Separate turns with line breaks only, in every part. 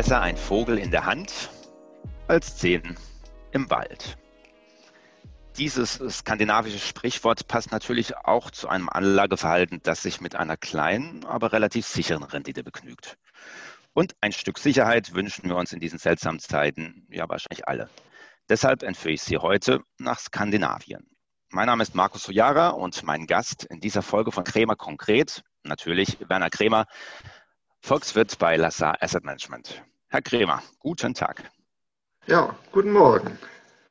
Besser ein Vogel in der Hand als 10 im Wald. Dieses skandinavische Sprichwort passt natürlich auch zu einem Anlageverhalten, das sich mit einer kleinen, aber relativ sicheren Rendite begnügt. Und ein Stück Sicherheit wünschen wir uns in diesen seltsamen Zeiten ja wahrscheinlich alle. Deshalb entführe ich Sie heute nach Skandinavien. Mein Name ist Markus Sojara und mein Gast in dieser Folge von Krämer Konkret, natürlich Werner Krämer, Volkswirt bei Lazard Asset Management. Herr Krämer, guten Tag.
Ja, guten Morgen.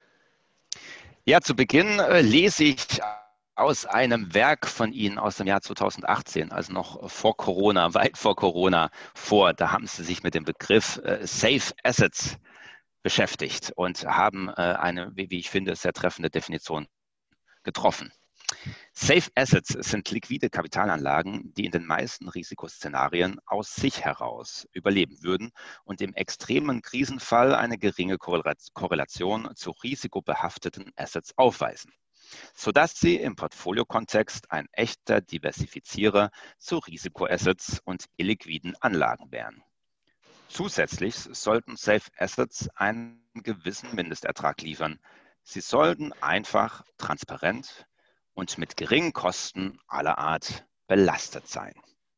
Ja, zu Beginn lese ich aus einem Werk von Ihnen aus dem Jahr 2018, also noch vor Corona, weit vor Corona vor. Da haben Sie sich mit dem Begriff Safe Assets beschäftigt und haben eine, wie ich finde, sehr treffende Definition getroffen. Safe Assets sind liquide Kapitalanlagen, die in den meisten Risikoszenarien aus sich heraus überleben würden und im extremen Krisenfall eine geringe Korrelation zu risikobehafteten Assets aufweisen, sodass sie im Portfoliokontext ein echter Diversifizierer zu Risikoassets und illiquiden Anlagen wären. Zusätzlich sollten Safe Assets einen gewissen Mindestertrag liefern. Sie sollten einfach, transparent und mit geringen Kosten aller Art belastet sein.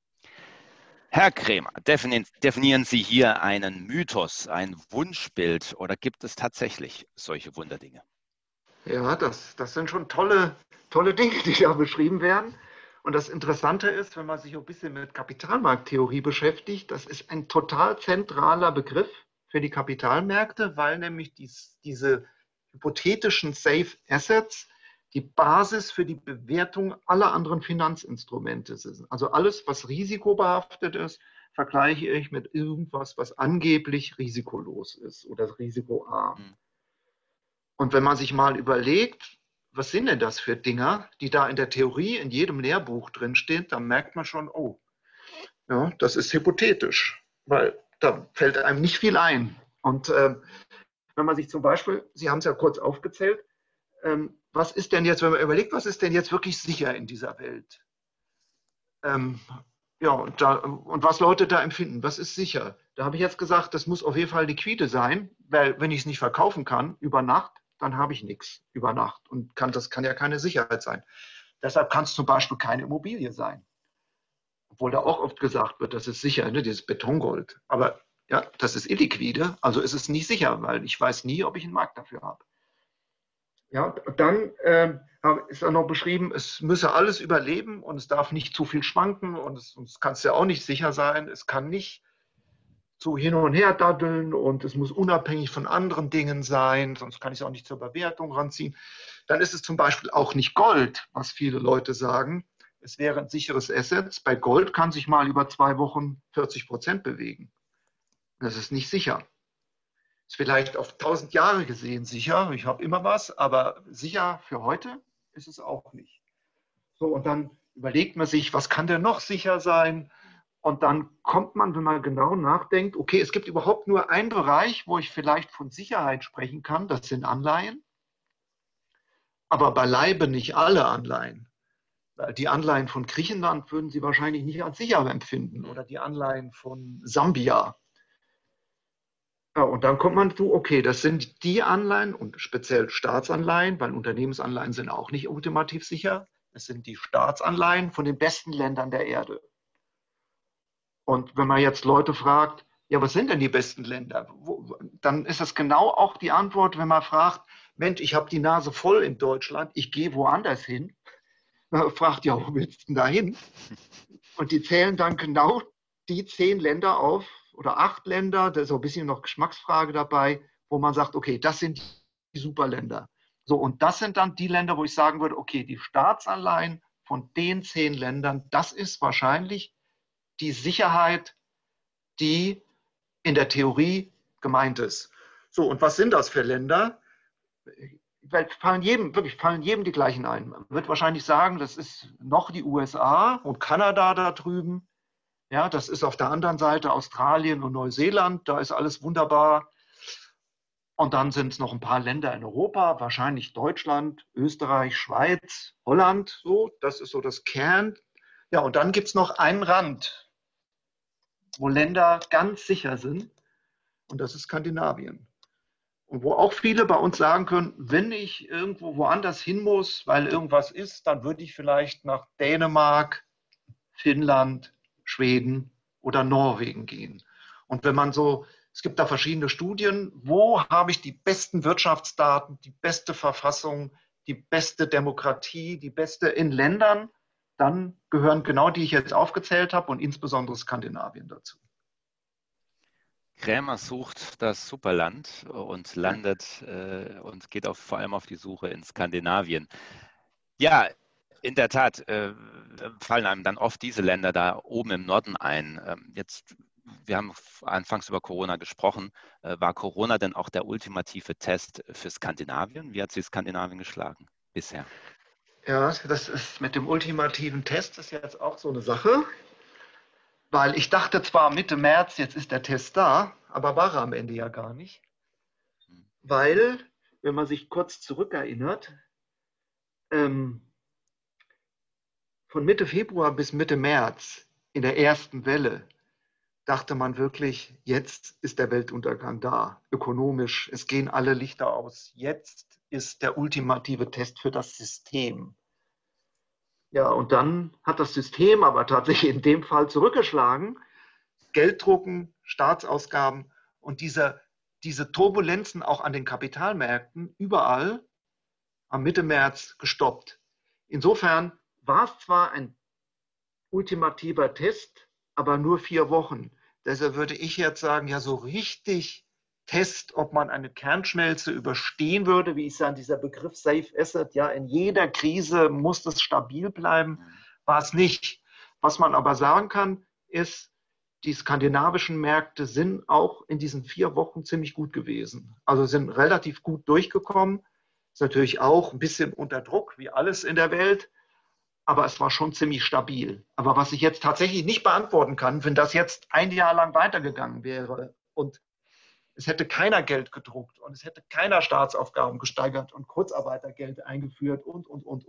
Herr Krämer, definieren Sie hier einen Mythos, ein Wunschbild oder gibt es tatsächlich solche Wunderdinge?
Ja, das sind schon tolle Dinge, die da beschrieben werden. Und das Interessante ist, wenn man sich ein bisschen mit Kapitalmarkttheorie beschäftigt, das ist ein total zentraler Begriff für die Kapitalmärkte, weil nämlich diese hypothetischen Safe Assets die Basis für die Bewertung aller anderen Finanzinstrumente sind. Also alles, was risikobehaftet ist, vergleiche ich mit irgendwas, was angeblich risikolos ist oder risikoarm. Und wenn man sich mal überlegt, was sind denn das für Dinger, die da in der Theorie in jedem Lehrbuch drinstehen, dann merkt man schon, oh, ja, das ist hypothetisch, weil da fällt einem nicht viel ein. Und wenn man sich zum Beispiel, Sie haben es ja kurz aufgezählt, was ist denn jetzt, wenn man überlegt, was ist denn jetzt wirklich sicher in dieser Welt? Ja, und was Leute da empfinden, was ist sicher? Da habe ich jetzt gesagt, das muss auf jeden Fall liquide sein, weil wenn ich es nicht verkaufen kann über Nacht, dann habe ich nichts über Nacht und das kann ja keine Sicherheit sein. Deshalb kann es zum Beispiel keine Immobilie sein. Obwohl da auch oft gesagt wird, das ist sicher, ne, dieses Betongold. Aber ja, das ist illiquide, also ist es nicht sicher, weil ich weiß nie, ob ich einen Markt dafür habe. Ja, dann ist da noch beschrieben, es müsse alles überleben und es darf nicht zu viel schwanken und es kann es ja auch nicht sicher sein. Es kann nicht zu hin und her daddeln und es muss unabhängig von anderen Dingen sein, sonst kann ich es auch nicht zur Bewertung ranziehen. Dann ist es zum Beispiel auch nicht Gold, was viele Leute sagen. Es wäre ein sicheres Asset. Bei Gold kann sich mal über 2 Wochen 40% bewegen. Das ist nicht sicher. Ist vielleicht auf 1000 Jahre gesehen sicher, ich habe immer was, aber sicher für heute ist es auch nicht. So, und dann überlegt man sich, was kann denn noch sicher sein? Und dann kommt man, wenn man genau nachdenkt, okay, es gibt überhaupt nur einen Bereich, wo ich vielleicht von Sicherheit sprechen kann, das sind Anleihen, aber beileibe nicht alle Anleihen. Die Anleihen von Griechenland würden Sie wahrscheinlich nicht als sicher empfinden oder die Anleihen von Sambia. Ja, und dann kommt man zu, okay, das sind die Anleihen und speziell Staatsanleihen, weil Unternehmensanleihen sind auch nicht ultimativ sicher. Es sind die Staatsanleihen von den besten Ländern der Erde. Und wenn man jetzt Leute fragt, ja, was sind denn die besten Länder? Dann ist das genau auch die Antwort, wenn man fragt, Mensch, ich habe die Nase voll in Deutschland, ich gehe woanders hin. Man fragt, ja, wo willst du denn da hin? Und die zählen dann genau die 10 Länder auf, oder 8 Länder, da ist auch ein bisschen noch Geschmacksfrage dabei, wo man sagt, okay, das sind die Superländer. So, und das sind dann die Länder, wo ich sagen würde, okay, die Staatsanleihen von den 10 Ländern, das ist wahrscheinlich die Sicherheit, die in der Theorie gemeint ist. So, und was sind das für Länder? Fallen jedem die gleichen ein. Man wird wahrscheinlich sagen, das ist noch die USA und Kanada da drüben. Ja, das ist auf der anderen Seite Australien und Neuseeland, da ist alles wunderbar. Und dann sind es noch ein paar Länder in Europa, wahrscheinlich Deutschland, Österreich, Schweiz, Holland, so, das ist so das Kern. Ja, und dann gibt es noch einen Rand, wo Länder ganz sicher sind. Und das ist Skandinavien. Und wo auch viele bei uns sagen können, wenn ich irgendwo woanders hin muss, weil irgendwas ist, dann würde ich vielleicht nach Dänemark, Finnland, Schweden oder Norwegen gehen. Und wenn man so, es gibt da verschiedene Studien, wo habe ich die besten Wirtschaftsdaten, die beste Verfassung, die beste Demokratie, die beste in Ländern, dann gehören genau die ich jetzt aufgezählt habe und insbesondere Skandinavien dazu.
Krämer sucht das Superland und landet und geht vor allem auf die Suche in Skandinavien. Ja, in der Tat fallen einem dann oft diese Länder da oben im Norden ein. Wir haben anfangs über Corona gesprochen. War Corona denn auch der ultimative Test für Skandinavien? Wie hat sich Skandinavien geschlagen bisher?
Ja, das ist mit dem ultimativen Test ist jetzt auch so eine Sache, weil ich dachte zwar Mitte März, jetzt ist der Test da, aber war er am Ende ja gar nicht. Weil, wenn man sich kurz zurückerinnert, von Mitte Februar bis Mitte März in der ersten Welle dachte man wirklich, jetzt ist der Weltuntergang da, ökonomisch, es gehen alle Lichter aus. Jetzt ist der ultimative Test für das System. Ja, und dann hat das System aber tatsächlich in dem Fall zurückgeschlagen. Gelddrucken, Staatsausgaben und diese Turbulenzen auch an den Kapitalmärkten überall am Mitte März gestoppt. Insofern war es zwar ein ultimativer Test, aber nur 4 Wochen. Deshalb würde ich jetzt sagen, ja, so richtig Test, ob man eine Kernschmelze überstehen würde, wie ich sage, dieser Begriff Safe Asset, ja, in jeder Krise muss es stabil bleiben, war es nicht. Was man aber sagen kann, ist, die skandinavischen Märkte sind auch in diesen 4 Wochen ziemlich gut gewesen. Also sind relativ gut durchgekommen. Ist natürlich auch ein bisschen unter Druck, wie alles in der Welt. Aber es war schon ziemlich stabil. Aber was ich jetzt tatsächlich nicht beantworten kann, wenn das jetzt ein Jahr lang weitergegangen wäre und es hätte keiner Geld gedruckt und es hätte keiner Staatsaufgaben gesteigert und Kurzarbeitergeld eingeführt und,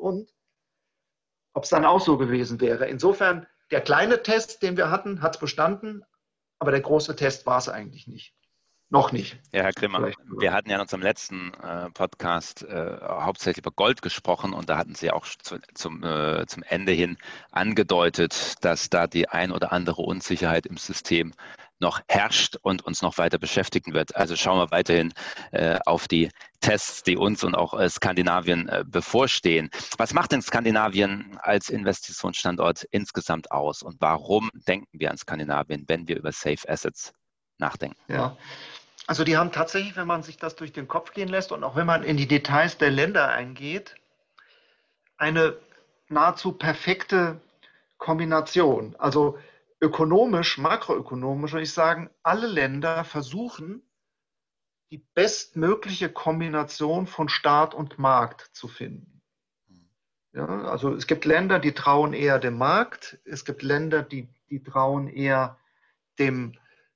ob es dann auch so gewesen wäre. Insofern, der kleine Test, den wir hatten, hat es bestanden, aber der große Test war es eigentlich nicht. Noch nicht.
Ja, Herr Grimmer, wir hatten ja in unserem letzten Podcast hauptsächlich über Gold gesprochen und da hatten Sie auch zum Ende hin angedeutet, dass da die ein oder andere Unsicherheit im System noch herrscht und uns noch weiter beschäftigen wird. Also schauen wir weiterhin auf die Tests, die uns und auch Skandinavien bevorstehen. Was macht denn Skandinavien als Investitionsstandort insgesamt aus und warum denken wir an Skandinavien, wenn wir über Safe Assets nachdenken?
Ja. Also die haben tatsächlich, wenn man sich das durch den Kopf gehen lässt und auch wenn man in die Details der Länder eingeht, eine nahezu perfekte Kombination. Also ökonomisch, makroökonomisch würde ich sagen, alle Länder versuchen, die bestmögliche Kombination von Staat und Markt zu finden. Ja, also es gibt Länder, die trauen eher dem Markt, es gibt Länder, die trauen eher dem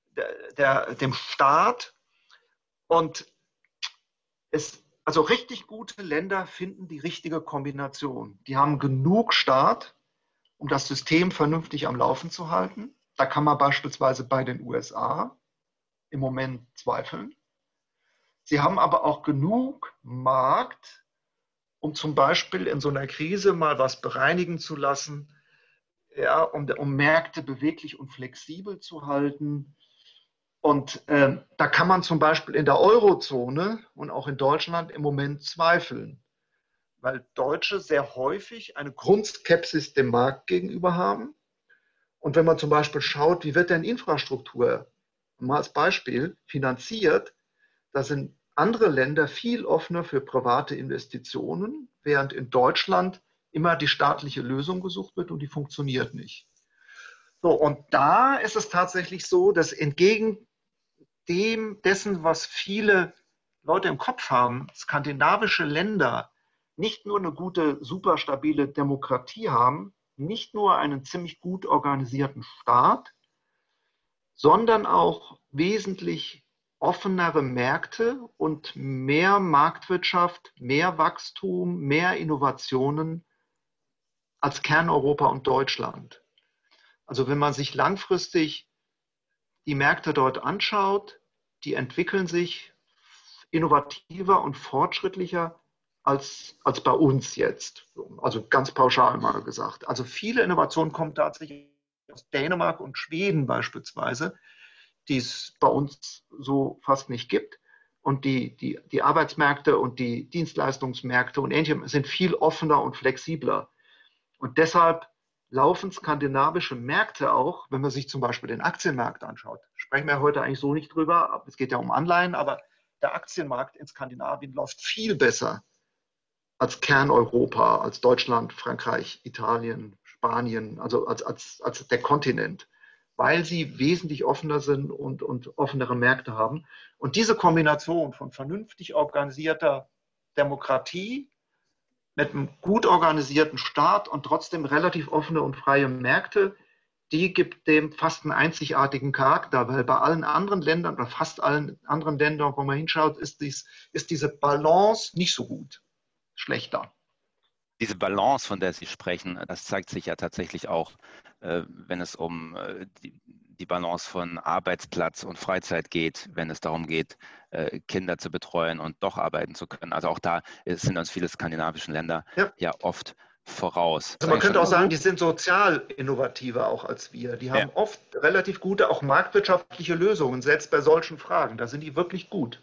Staat. Und also richtig gute Länder finden die richtige Kombination. Die haben genug Staat, um das System vernünftig am Laufen zu halten. Da kann man beispielsweise bei den USA im Moment zweifeln. Sie haben aber auch genug Markt, um zum Beispiel in so einer Krise mal was bereinigen zu lassen, ja, um Märkte beweglich und flexibel zu halten. Und da kann man zum Beispiel in der Eurozone und auch in Deutschland im Moment zweifeln, weil Deutsche sehr häufig eine Grundskepsis dem Markt gegenüber haben. Und wenn man zum Beispiel schaut, wie wird denn Infrastruktur, mal als Beispiel, finanziert, da sind andere Länder viel offener für private Investitionen, während in Deutschland immer die staatliche Lösung gesucht wird und die funktioniert nicht. So, und da ist es tatsächlich so, dass entgegen dessen, was viele Leute im Kopf haben, skandinavische Länder nicht nur eine gute, super stabile Demokratie haben, nicht nur einen ziemlich gut organisierten Staat, sondern auch wesentlich offenere Märkte und mehr Marktwirtschaft, mehr Wachstum, mehr Innovationen als Kerneuropa und Deutschland. Also wenn man sich langfristig die Märkte dort anschaut, die entwickeln sich innovativer und fortschrittlicher als bei uns jetzt. Also ganz pauschal mal gesagt. Also viele Innovationen kommen tatsächlich aus Dänemark und Schweden beispielsweise, die es bei uns so fast nicht gibt. Und die Arbeitsmärkte und die Dienstleistungsmärkte und ähnlichem sind viel offener und flexibler. Und deshalb laufen skandinavische Märkte auch, wenn man sich zum Beispiel den Aktienmarkt anschaut. Sprechen wir heute eigentlich so nicht drüber, es geht ja um Anleihen, aber der Aktienmarkt in Skandinavien läuft viel besser als Kerneuropa, als Deutschland, Frankreich, Italien, Spanien, also als der Kontinent, weil sie wesentlich offener sind und offenere Märkte haben. Und diese Kombination von vernünftig organisierter Demokratie mit einem gut organisierten Staat und trotzdem relativ offene und freie Märkte, die gibt dem fast einen einzigartigen Charakter, weil bei allen anderen Ländern oder fast allen anderen Ländern, wo man hinschaut, ist diese Balance nicht so gut, schlechter.
Diese Balance, von der Sie sprechen, das zeigt sich ja tatsächlich auch, wenn es um die Balance von Arbeitsplatz und Freizeit geht, wenn es darum geht, Kinder zu betreuen und doch arbeiten zu können. Also auch da sind uns viele skandinavische Länder ja oft voraus.
Also man könnte auch sagen, die sind sozial innovativer auch als wir. Die haben oft relativ gute, auch marktwirtschaftliche Lösungen, selbst bei solchen Fragen. Da sind die wirklich gut.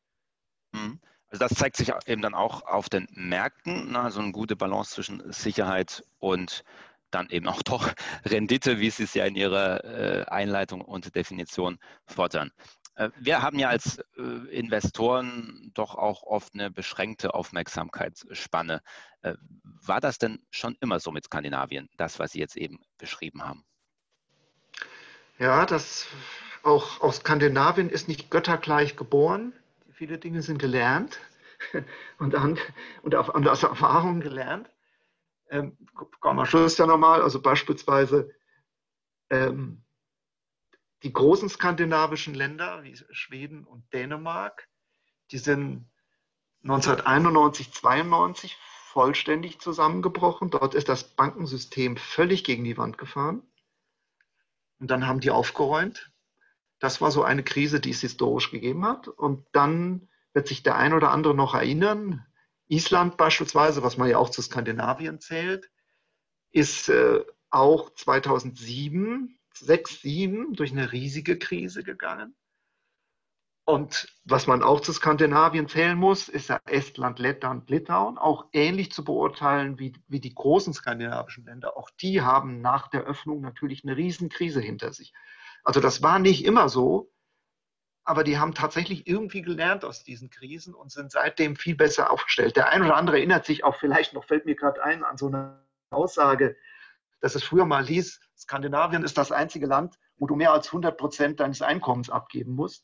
Also das zeigt sich eben dann auch auf den Märkten, also eine gute Balance zwischen Sicherheit und dann eben auch doch Rendite, wie Sie es ja in Ihrer Einleitung und Definition fordern. Wir haben ja als Investoren doch auch oft eine beschränkte Aufmerksamkeitsspanne. War das denn schon immer so mit Skandinavien, das, was Sie jetzt eben beschrieben haben?
Ja, auch Skandinavien ist nicht göttergleich geboren. Viele Dinge sind gelernt und aus Erfahrung gelernt. Kommen wir Schluss ja nochmal, also beispielsweise die großen skandinavischen Länder wie Schweden und Dänemark, die sind 1991, 92 vollständig zusammengebrochen. Dort ist das Bankensystem völlig gegen die Wand gefahren. Und dann haben die aufgeräumt. Das war so eine Krise, die es historisch gegeben hat. Und dann wird sich der ein oder andere noch erinnern. Island beispielsweise, was man ja auch zu Skandinavien zählt, ist auch 2007, 6, 7 durch eine riesige Krise gegangen. Und was man auch zu Skandinavien zählen muss, ist ja Estland, Lettland, Litauen, auch ähnlich zu beurteilen wie die großen skandinavischen Länder. Auch die haben nach der Öffnung natürlich eine Riesenkrise hinter sich. Also das war nicht immer so, aber die haben tatsächlich irgendwie gelernt aus diesen Krisen und sind seitdem viel besser aufgestellt. Der ein oder andere erinnert sich auch vielleicht noch, fällt mir gerade ein, an so eine Aussage, dass es früher mal hieß, Skandinavien ist das einzige Land, wo du mehr als 100% deines Einkommens abgeben musst.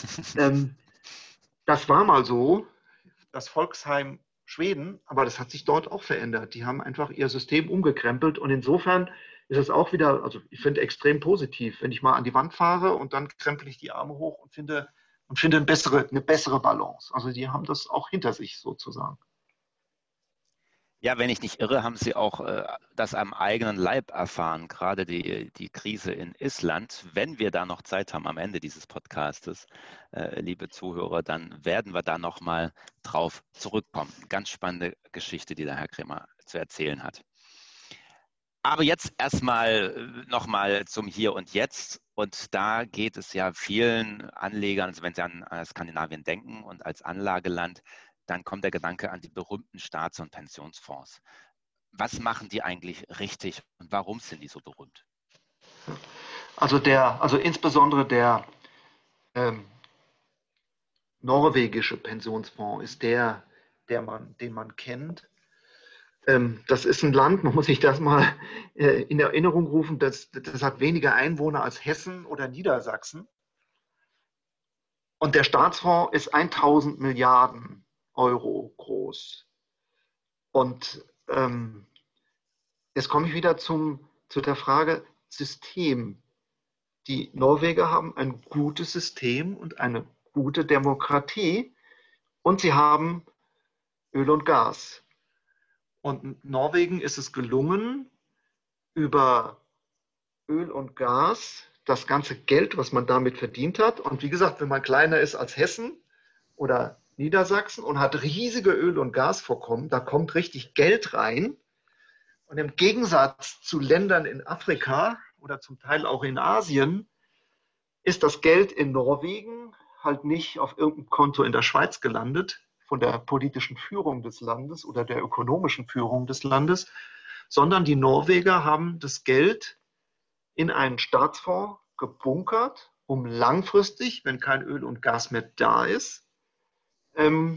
Das war mal so, das Volksheim Schweden, aber das hat sich dort auch verändert. Die haben einfach ihr System umgekrempelt und insofern ist es auch wieder, also ich finde extrem positiv, wenn ich mal an die Wand fahre und dann krempel ich die Arme hoch und finde eine bessere Balance. Also die haben das auch hinter sich sozusagen.
Ja, wenn ich nicht irre, haben Sie auch das am eigenen Leib erfahren, gerade die Krise in Island. Wenn wir da noch Zeit haben am Ende dieses Podcastes, liebe Zuhörer, dann werden wir da nochmal drauf zurückkommen. Ganz spannende Geschichte, die der Herr Krämer zu erzählen hat. Aber jetzt erstmal nochmal zum Hier und Jetzt. Und da geht es ja vielen Anlegern, also wenn sie an Skandinavien denken und als Anlageland, dann kommt der Gedanke an die berühmten Staats- und Pensionsfonds. Was machen die eigentlich richtig und warum sind die so berühmt?
Also insbesondere der norwegische Pensionsfonds ist den man kennt. Das ist ein Land, man muss sich das mal in Erinnerung rufen, das hat weniger Einwohner als Hessen oder Niedersachsen. Und der Staatsfonds ist 1000 Milliarden Euro groß. Und jetzt komme ich wieder zu der Frage System. Die Norweger haben ein gutes System und eine gute Demokratie und sie haben Öl und Gas. Und Norwegen ist es gelungen, über Öl und Gas das ganze Geld, was man damit verdient hat. Und wie gesagt, wenn man kleiner ist als Hessen oder Niedersachsen und hat riesige Öl- und Gasvorkommen, da kommt richtig Geld rein. Und im Gegensatz zu Ländern in Afrika oder zum Teil auch in Asien ist das Geld in Norwegen halt nicht auf irgendeinem Konto in der Schweiz gelandet, von der politischen Führung des Landes oder der ökonomischen Führung des Landes, sondern die Norweger haben das Geld in einen Staatsfonds gebunkert, um langfristig, wenn kein Öl und Gas mehr da ist, ähm,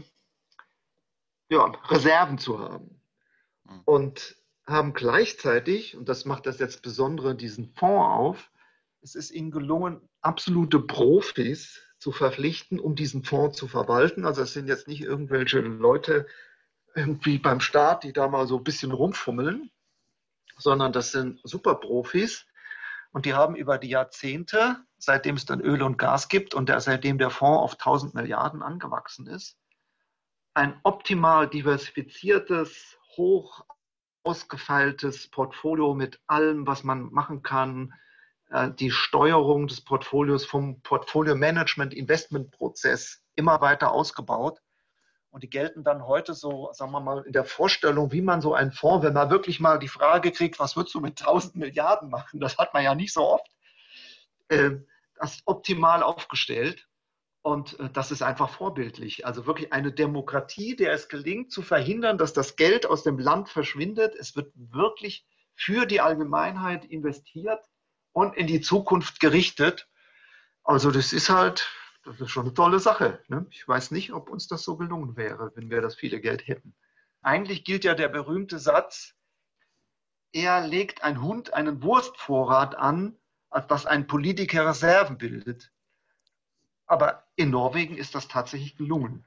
ja, Reserven zu haben. Und haben gleichzeitig, und das macht das jetzt besondere, diesen Fonds auf, es ist ihnen gelungen, absolute Profis zu verpflichten, um diesen Fonds zu verwalten. Also es sind jetzt nicht irgendwelche Leute irgendwie beim Staat, die da mal so ein bisschen rumfummeln, sondern das sind Superprofis. Und die haben über die Jahrzehnte, seitdem es dann Öl und Gas gibt und seitdem der Fonds auf 1000 Milliarden angewachsen ist, ein optimal diversifiziertes, hoch ausgefeiltes Portfolio mit allem, was man machen kann, die Steuerung des Portfolios vom Portfolio-Management-Investment-Prozess immer weiter ausgebaut. Und die gelten dann heute so, sagen wir mal, in der Vorstellung, wie man so einen Fonds, wenn man wirklich mal die Frage kriegt, was würdest du mit 1000 Milliarden machen? Das hat man ja nicht so oft. Das optimal aufgestellt. Und das ist einfach vorbildlich. Also wirklich eine Demokratie, der es gelingt, zu verhindern, dass das Geld aus dem Land verschwindet. Es wird wirklich für die Allgemeinheit investiert und in die Zukunft gerichtet. Also das ist schon eine tolle Sache. Ne? Ich weiß nicht, ob uns das so gelungen wäre, wenn wir das viele Geld hätten. Eigentlich gilt ja der berühmte Satz, eher legt ein Hund einen Wurstvorrat an, als dass ein Politiker Reserven bildet. Aber in Norwegen ist das tatsächlich gelungen.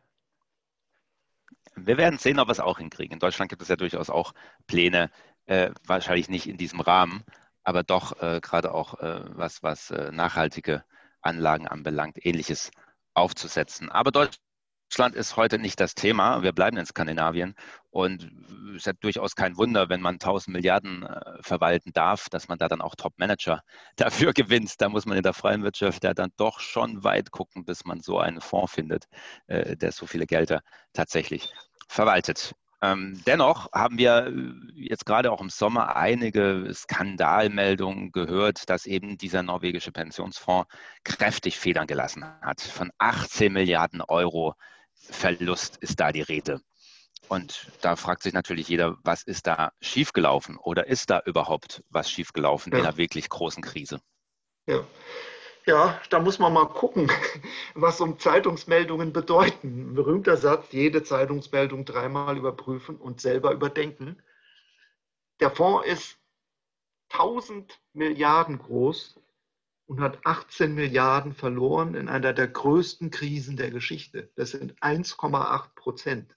Wir werden sehen, ob wir es auch hinkriegen. In Deutschland gibt es ja durchaus auch Pläne, wahrscheinlich nicht in diesem Rahmen, aber doch gerade auch was nachhaltige Anlagen anbelangt, Ähnliches aufzusetzen. Aber Deutschland ist heute nicht das Thema. Wir bleiben in Skandinavien und es ist ja durchaus kein Wunder, wenn man 1000 Milliarden verwalten darf, dass man da dann auch Top-Manager dafür gewinnt. Da muss man in der freien Wirtschaft ja dann doch schon weit gucken, bis man so einen Fonds findet, der so viele Gelder tatsächlich verwaltet. Dennoch haben wir jetzt gerade auch im Sommer einige Skandalmeldungen gehört, dass eben dieser norwegische Pensionsfonds kräftig Federn gelassen hat. Von 18 Milliarden Euro Verlust ist da die Rede. Und da fragt sich natürlich jeder, was ist da schiefgelaufen oder ist da überhaupt was schiefgelaufen in einer wirklich großen Krise?
Ja. Ja, da muss man mal gucken, was so Zeitungsmeldungen bedeuten. Ein berühmter Satz, jede Zeitungsmeldung dreimal überprüfen und selber überdenken. Der Fonds ist 1000 Milliarden groß und hat 18 Milliarden verloren in einer der größten Krisen der Geschichte. Das sind 1,8%.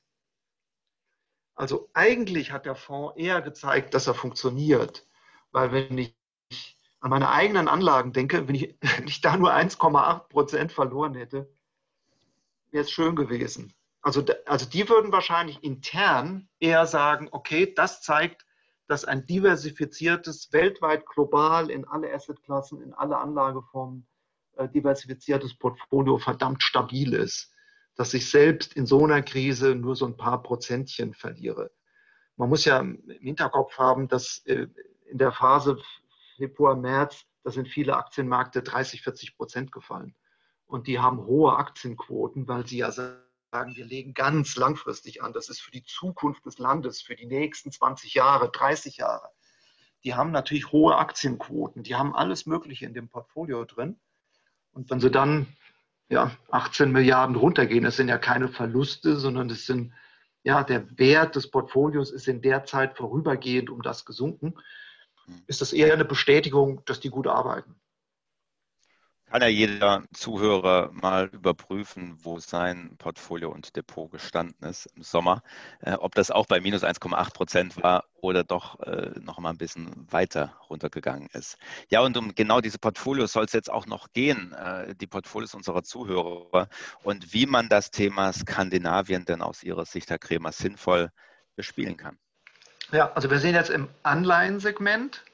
Also eigentlich hat der Fonds eher gezeigt, dass er funktioniert. Weil wenn ich an meine eigenen Anlagen denke, wenn ich da nur 1,8% verloren hätte, wäre es schön gewesen. Also die würden wahrscheinlich intern eher sagen, okay, das zeigt, dass ein diversifiziertes, weltweit global in alle Assetklassen, in alle Anlageformen diversifiziertes Portfolio verdammt stabil ist. Dass ich selbst in so einer Krise nur so ein paar Prozentchen verliere. Man muss ja im Hinterkopf haben, dass in der Phase Februar, März, da sind viele Aktienmärkte 30-40% gefallen. Und die haben hohe Aktienquoten, weil sie ja sagen, wir legen ganz langfristig an. Das ist für die Zukunft des Landes, für die nächsten 20 Jahre, 30 Jahre. Die haben natürlich hohe Aktienquoten. Die haben alles Mögliche in dem Portfolio drin. Und wenn sie dann 18 Milliarden runtergehen, das sind ja keine Verluste, sondern das sind, der Wert des Portfolios ist in der Zeit vorübergehend um das gesunken, ist das eher eine Bestätigung, dass die gut arbeiten.
Kann ja jeder Zuhörer mal überprüfen, wo sein Portfolio und Depot gestanden ist im Sommer, ob das auch bei minus 1,8% war oder doch noch mal ein bisschen weiter runtergegangen ist. Ja, und um genau diese Portfolios soll es jetzt auch noch gehen, die Portfolios unserer Zuhörer und wie man das Thema Skandinavien denn aus Ihrer Sicht, Herr Cremer, sinnvoll bespielen kann.
Ja, also wir sehen jetzt im Anleihensegment,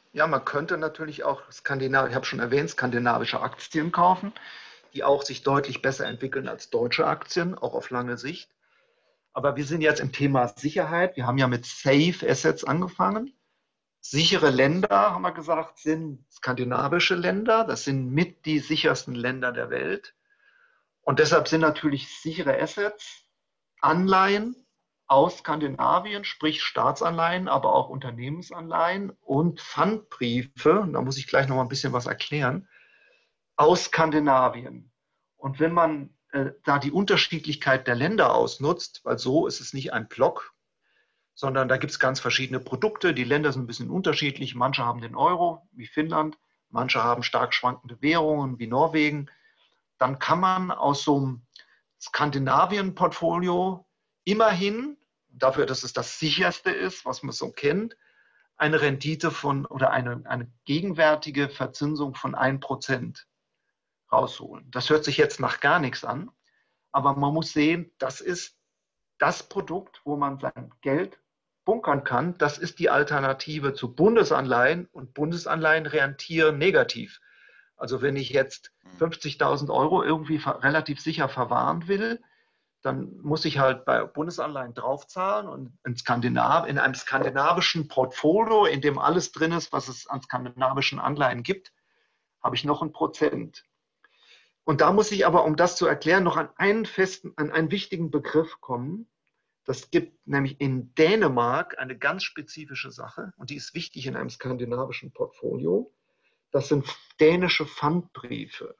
Ja, man könnte natürlich auch ich habe schon erwähnt, skandinavische Aktien kaufen, die auch sich deutlich besser entwickeln als deutsche Aktien, auch auf lange Sicht. Aber wir sind jetzt im Thema Sicherheit. Wir haben ja mit Safe Assets angefangen. Sichere Länder, haben wir gesagt, sind skandinavische Länder. Das sind mit die sichersten Länder der Welt. Und deshalb sind natürlich sichere Assets, Anleihen aus Skandinavien, sprich Staatsanleihen, aber auch Unternehmensanleihen und Pfandbriefe, da muss ich gleich noch mal ein bisschen was erklären, aus Skandinavien. Und wenn man da die Unterschiedlichkeit der Länder ausnutzt, weil so ist es nicht ein Block, sondern da gibt es ganz verschiedene Produkte. Die Länder sind ein bisschen unterschiedlich. Manche haben den Euro, wie Finnland, manche haben stark schwankende Währungen, wie Norwegen. Dann kann man aus so einem Skandinavien-Portfolio immerhin, dafür, dass es das sicherste ist, was man so kennt, eine Rendite von oder eine gegenwärtige Verzinsung von 1% rausholen. Das hört sich jetzt nach gar nichts an, aber man muss sehen, das ist das Produkt, wo man sein Geld bunkern kann. Das ist die Alternative zu Bundesanleihen und Bundesanleihen rentieren negativ. Also wenn ich jetzt 50.000 Euro irgendwie relativ sicher verwahren will, dann muss ich halt bei Bundesanleihen draufzahlen und in einem skandinavischen Portfolio, in dem alles drin ist, was es an skandinavischen Anleihen gibt, habe ich noch 1%. Und da muss ich aber, um das zu erklären, noch an einen wichtigen Begriff kommen. Das gibt nämlich in Dänemark eine ganz spezifische Sache und die ist wichtig in einem skandinavischen Portfolio. Das sind dänische Pfandbriefe.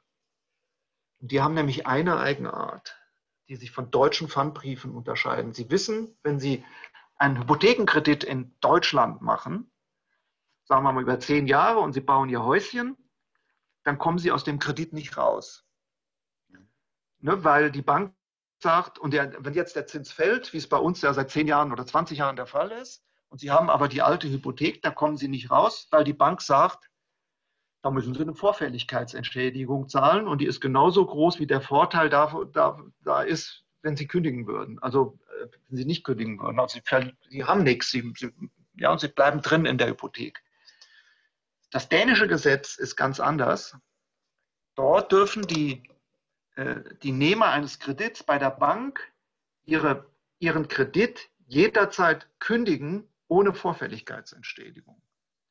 Die haben nämlich eine Eigenart, die sich von deutschen Pfandbriefen unterscheiden. Sie wissen, wenn Sie einen Hypothekenkredit in Deutschland machen, sagen wir mal über 10 Jahre und Sie bauen Ihr Häuschen, dann kommen Sie aus dem Kredit nicht raus. Ne, weil die Bank sagt, und wenn jetzt der Zins fällt, wie es bei uns ja seit 10 Jahren oder 20 Jahren der Fall ist, und Sie haben aber die alte Hypothek, da kommen Sie nicht raus, weil die Bank sagt, da müssen Sie eine Vorfälligkeitsentschädigung zahlen und die ist genauso groß wie der Vorteil da ist, wenn Sie kündigen würden. Also wenn Sie nicht kündigen würden. Also Sie haben nichts, und Sie bleiben drin in der Hypothek. Das dänische Gesetz ist ganz anders. Dort dürfen die Nehmer eines Kredits bei der Bank ihren Kredit jederzeit kündigen ohne Vorfälligkeitsentschädigung.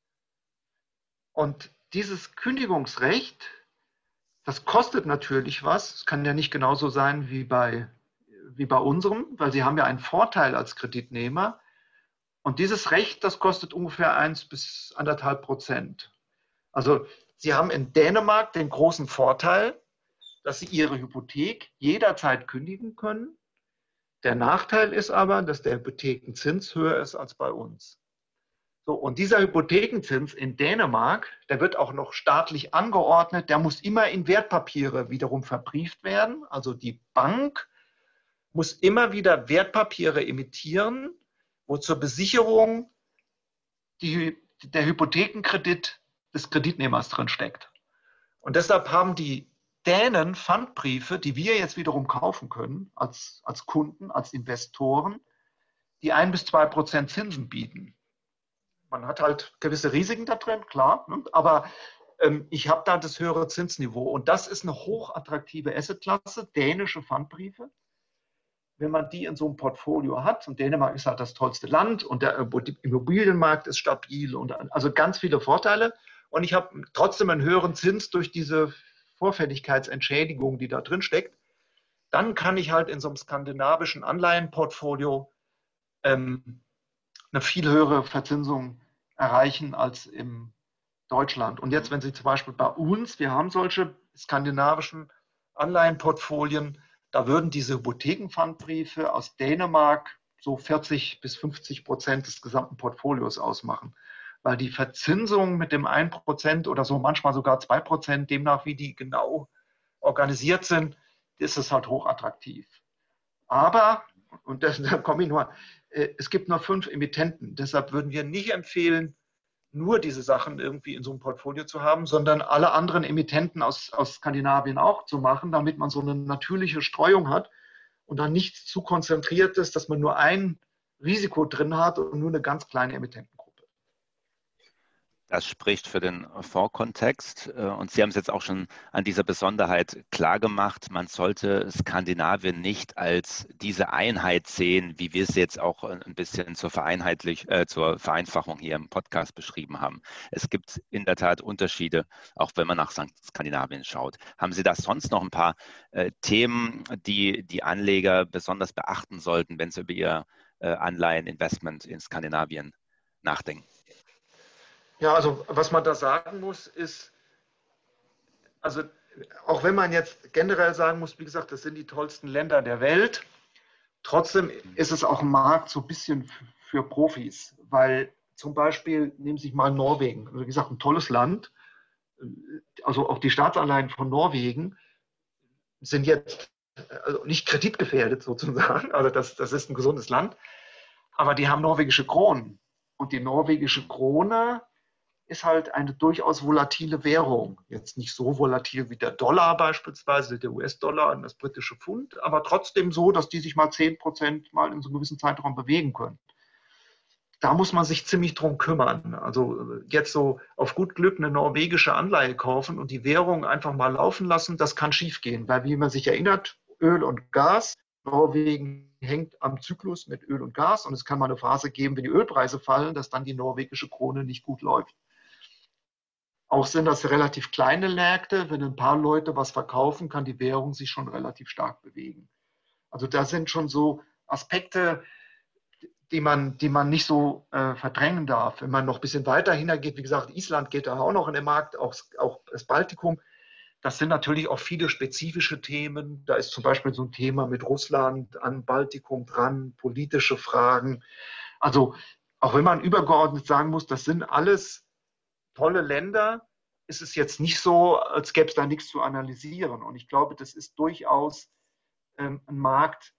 Und dieses Kündigungsrecht, das kostet natürlich was. Es kann ja nicht genauso sein wie bei unserem, weil Sie haben ja einen Vorteil als Kreditnehmer. Und dieses Recht, das kostet ungefähr 1 bis 1,5%. Also Sie haben in Dänemark den großen Vorteil, dass Sie Ihre Hypothek jederzeit kündigen können. Der Nachteil ist aber, dass der Hypothekenzins höher ist als bei uns. So, und dieser Hypothekenzins in Dänemark, der wird auch noch staatlich angeordnet, der muss immer in Wertpapiere wiederum verbrieft werden. Also die Bank muss immer wieder Wertpapiere emittieren, wo zur Besicherung der Hypothekenkredit des Kreditnehmers drin steckt. Und deshalb haben die Dänen Pfandbriefe, die wir jetzt wiederum kaufen können als Kunden, als Investoren, die 1 bis 2% Zinsen bieten. Man hat halt gewisse Risiken da drin, klar, ne? Aber ich habe da das höhere Zinsniveau. Und das ist eine hochattraktive Assetklasse, dänische Pfandbriefe. Wenn man die in so einem Portfolio hat, und Dänemark ist halt das tollste Land und der Immobilienmarkt ist stabil und also ganz viele Vorteile. Und ich habe trotzdem einen höheren Zins durch diese Vorfälligkeitsentschädigung, die da drin steckt. Dann kann ich halt in so einem skandinavischen Anleihenportfolio eine viel höhere Verzinsung erreichen als in Deutschland. Und jetzt, wenn Sie zum Beispiel bei uns, wir haben solche skandinavischen Anleihenportfolien, da würden diese Hypothekenpfandbriefe aus Dänemark so 40 bis 50% des gesamten Portfolios ausmachen. Weil die Verzinsung mit dem 1% oder so manchmal sogar 2%, demnach wie die genau organisiert sind, ist es halt hochattraktiv. Aber, und da komme ich nur, es gibt nur 5 Emittenten. Deshalb würden wir nicht empfehlen, nur diese Sachen irgendwie in so einem Portfolio zu haben, sondern alle anderen Emittenten aus Skandinavien auch zu machen, damit man so eine natürliche Streuung hat und dann nichts zu konzentriert ist, dass man nur ein Risiko drin hat und nur eine ganz kleine Emittentengruppe.
Das spricht für den Fondskontext. Und Sie haben es jetzt auch schon an dieser Besonderheit klargemacht. Man sollte Skandinavien nicht als diese Einheit sehen, wie wir es jetzt auch ein bisschen zur Vereinfachung hier im Podcast beschrieben haben. Es gibt in der Tat Unterschiede, auch wenn man nach Skandinavien schaut. Haben Sie da sonst noch ein paar Themen, die die Anleger besonders beachten sollten, wenn sie über ihr Anleiheninvestment in Skandinavien nachdenken?
Ja, also was man da sagen muss, ist, also auch wenn man jetzt generell sagen muss, wie gesagt, das sind die tollsten Länder der Welt, trotzdem ist es auch ein Markt so ein bisschen für Profis, weil zum Beispiel nehmen Sie sich mal Norwegen, also wie gesagt, ein tolles Land, also auch die Staatsanleihen von Norwegen sind jetzt also nicht kreditgefährdet sozusagen, also das ist ein gesundes Land, aber die haben norwegische Kronen und die norwegische Krone ist halt eine durchaus volatile Währung. Jetzt nicht so volatil wie der Dollar beispielsweise, der US-Dollar und das britische Pfund, aber trotzdem so, dass die sich mal 10% mal in so einem gewissen Zeitraum bewegen können. Da muss man sich ziemlich drum kümmern. Also jetzt so auf gut Glück eine norwegische Anleihe kaufen und die Währung einfach mal laufen lassen, das kann schiefgehen, weil wie man sich erinnert, Öl und Gas, Norwegen hängt am Zyklus mit Öl und Gas und es kann mal eine Phase geben, wenn die Ölpreise fallen, dass dann die norwegische Krone nicht gut läuft. Auch sind das relativ kleine Märkte. Wenn ein paar Leute was verkaufen, kann die Währung sich schon relativ stark bewegen. Also da sind schon so Aspekte, die man nicht so verdrängen darf. Wenn man noch ein bisschen weiter hingeht, wie gesagt, Island geht da auch noch in den Markt, auch das Baltikum. Das sind natürlich auch viele spezifische Themen. Da ist zum Beispiel so ein Thema mit Russland an Baltikum dran, politische Fragen. Also auch wenn man übergeordnet sagen muss, das sind alles tolle Länder, ist es jetzt nicht so, als gäbe es da nichts zu analysieren. Und ich glaube, das ist durchaus ein Markt,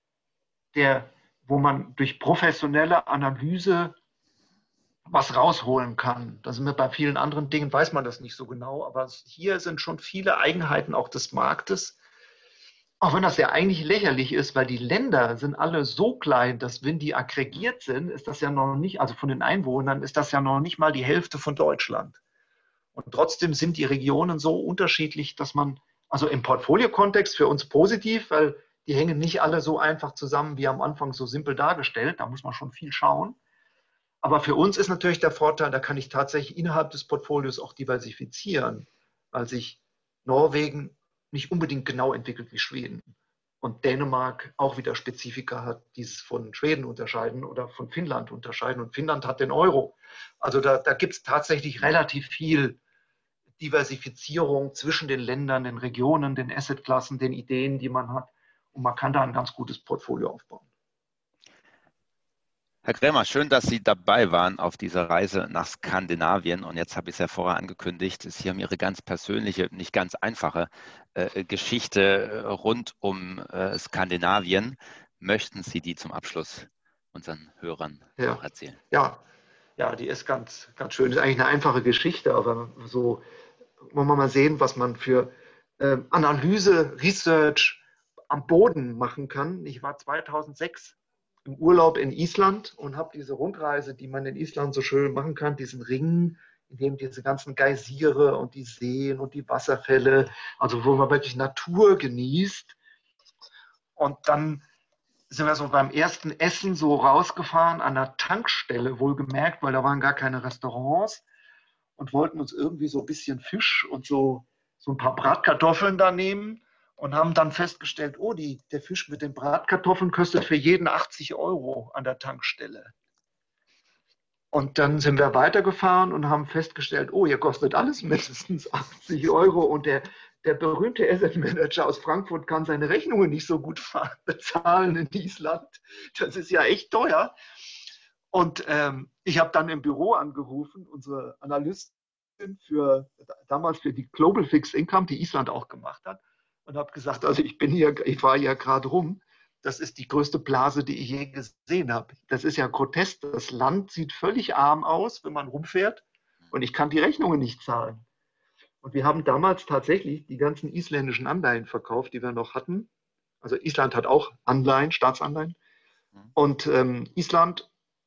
wo man durch professionelle Analyse was rausholen kann. Da sind wir bei vielen anderen Dingen, weiß man das nicht so genau, aber hier sind schon viele Eigenheiten auch des Marktes. Auch wenn das ja eigentlich lächerlich ist, weil die Länder sind alle so klein, dass wenn die aggregiert sind, ist das ja noch nicht, also von den Einwohnern, ist das ja noch nicht mal die Hälfte von Deutschland. Und trotzdem sind die Regionen so unterschiedlich, dass man, also im Portfolio-Kontext für uns positiv, weil die hängen nicht alle so einfach zusammen wie am Anfang so simpel dargestellt. Da muss man schon viel schauen. Aber für uns ist natürlich der Vorteil, da kann ich tatsächlich innerhalb des Portfolios auch diversifizieren, weil sich Norwegen nicht unbedingt genau entwickelt wie Schweden. Und Dänemark auch wieder Spezifika hat, die es von Schweden unterscheiden oder von Finnland unterscheiden. Und Finnland hat den Euro. Also da gibt es tatsächlich relativ viel Diversifizierung zwischen den Ländern, den Regionen, den Assetklassen, den Ideen, die man hat. Und man kann da ein ganz gutes Portfolio aufbauen.
Herr Krämer, schön, dass Sie dabei waren auf dieser Reise nach Skandinavien. Und jetzt habe ich es ja vorher angekündigt, Sie haben Ihre ganz persönliche, nicht ganz einfache Geschichte rund um Skandinavien. Möchten Sie die zum Abschluss unseren Hörern noch erzählen?
Ja, die ist ganz, ganz schön. Das ist eigentlich eine einfache Geschichte, aber so wollen wir mal sehen, was man für Analyse, Research am Boden machen kann. Ich war 2006 im Urlaub in Island und habe diese Rundreise, die man in Island so schön machen kann, diesen Ring, in dem diese ganzen Geysire und die Seen und die Wasserfälle, also wo man wirklich Natur genießt. Und dann sind wir so beim ersten Essen so rausgefahren an der Tankstelle, wohlgemerkt, weil da waren gar keine Restaurants und wollten uns irgendwie so ein bisschen Fisch und so ein paar Bratkartoffeln da nehmen und haben dann festgestellt, oh, der Fisch mit den Bratkartoffeln kostet für jeden 80 Euro an der Tankstelle. Und dann sind wir weitergefahren und haben festgestellt, oh, hier kostet alles mindestens 80 Euro und der berühmte Asset Manager aus Frankfurt kann seine Rechnungen nicht so gut bezahlen in Island. Das ist ja echt teuer. Und ich habe dann im Büro angerufen, unsere Analystin damals für die Global Fixed Income, die Island auch gemacht hat, und habe gesagt, also ich war hier gerade rum. Das ist die größte Blase, die ich je gesehen habe. Das ist ja grotesk. Das Land sieht völlig arm aus, wenn man rumfährt. Und ich kann die Rechnungen nicht zahlen. Und wir haben damals tatsächlich die ganzen isländischen Anleihen verkauft, die wir noch hatten. Also Island hat auch Anleihen, Staatsanleihen. Und Island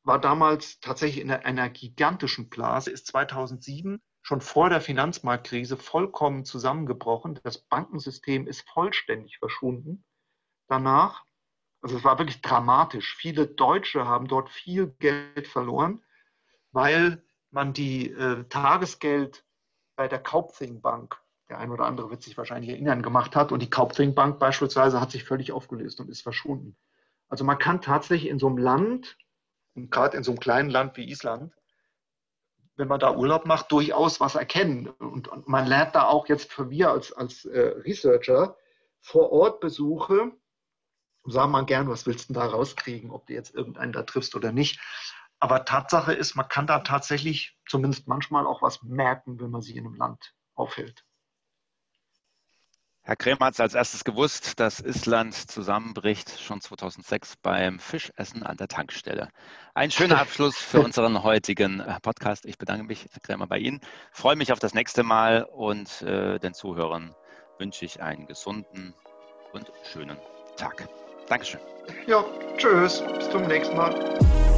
war damals tatsächlich in einer gigantischen Blase, ist 2007 schon vor der Finanzmarktkrise vollkommen zusammengebrochen. Das Bankensystem ist vollständig verschwunden danach. Also es war wirklich dramatisch. Viele Deutsche haben dort viel Geld verloren, weil man die Tagesgeld bei der Kaupthing Bank, der ein oder andere wird sich wahrscheinlich erinnern, gemacht hat. Und die Kaupthing Bank beispielsweise hat sich völlig aufgelöst und ist verschwunden. Also man kann tatsächlich in so einem Land, und gerade in so einem kleinen Land wie Island, wenn man da Urlaub macht, durchaus was erkennen. Und man lernt da auch jetzt für wir als Researcher vor Ort Besuche, sagen wir gern, was willst du denn da rauskriegen, ob du jetzt irgendeinen da triffst oder nicht. Aber Tatsache ist, man kann da tatsächlich zumindest manchmal auch was merken, wenn man sich in einem Land aufhält.
Herr Krämer hat es als erstes gewusst, dass Island zusammenbricht, schon 2006 beim Fischessen an der Tankstelle. Ein schöner Abschluss für unseren heutigen Podcast. Ich bedanke mich, Herr Krämer, bei Ihnen. Freue mich auf das nächste Mal und den Zuhörern wünsche ich einen gesunden und schönen Tag. Dankeschön.
Ja, tschüss. Bis zum nächsten Mal.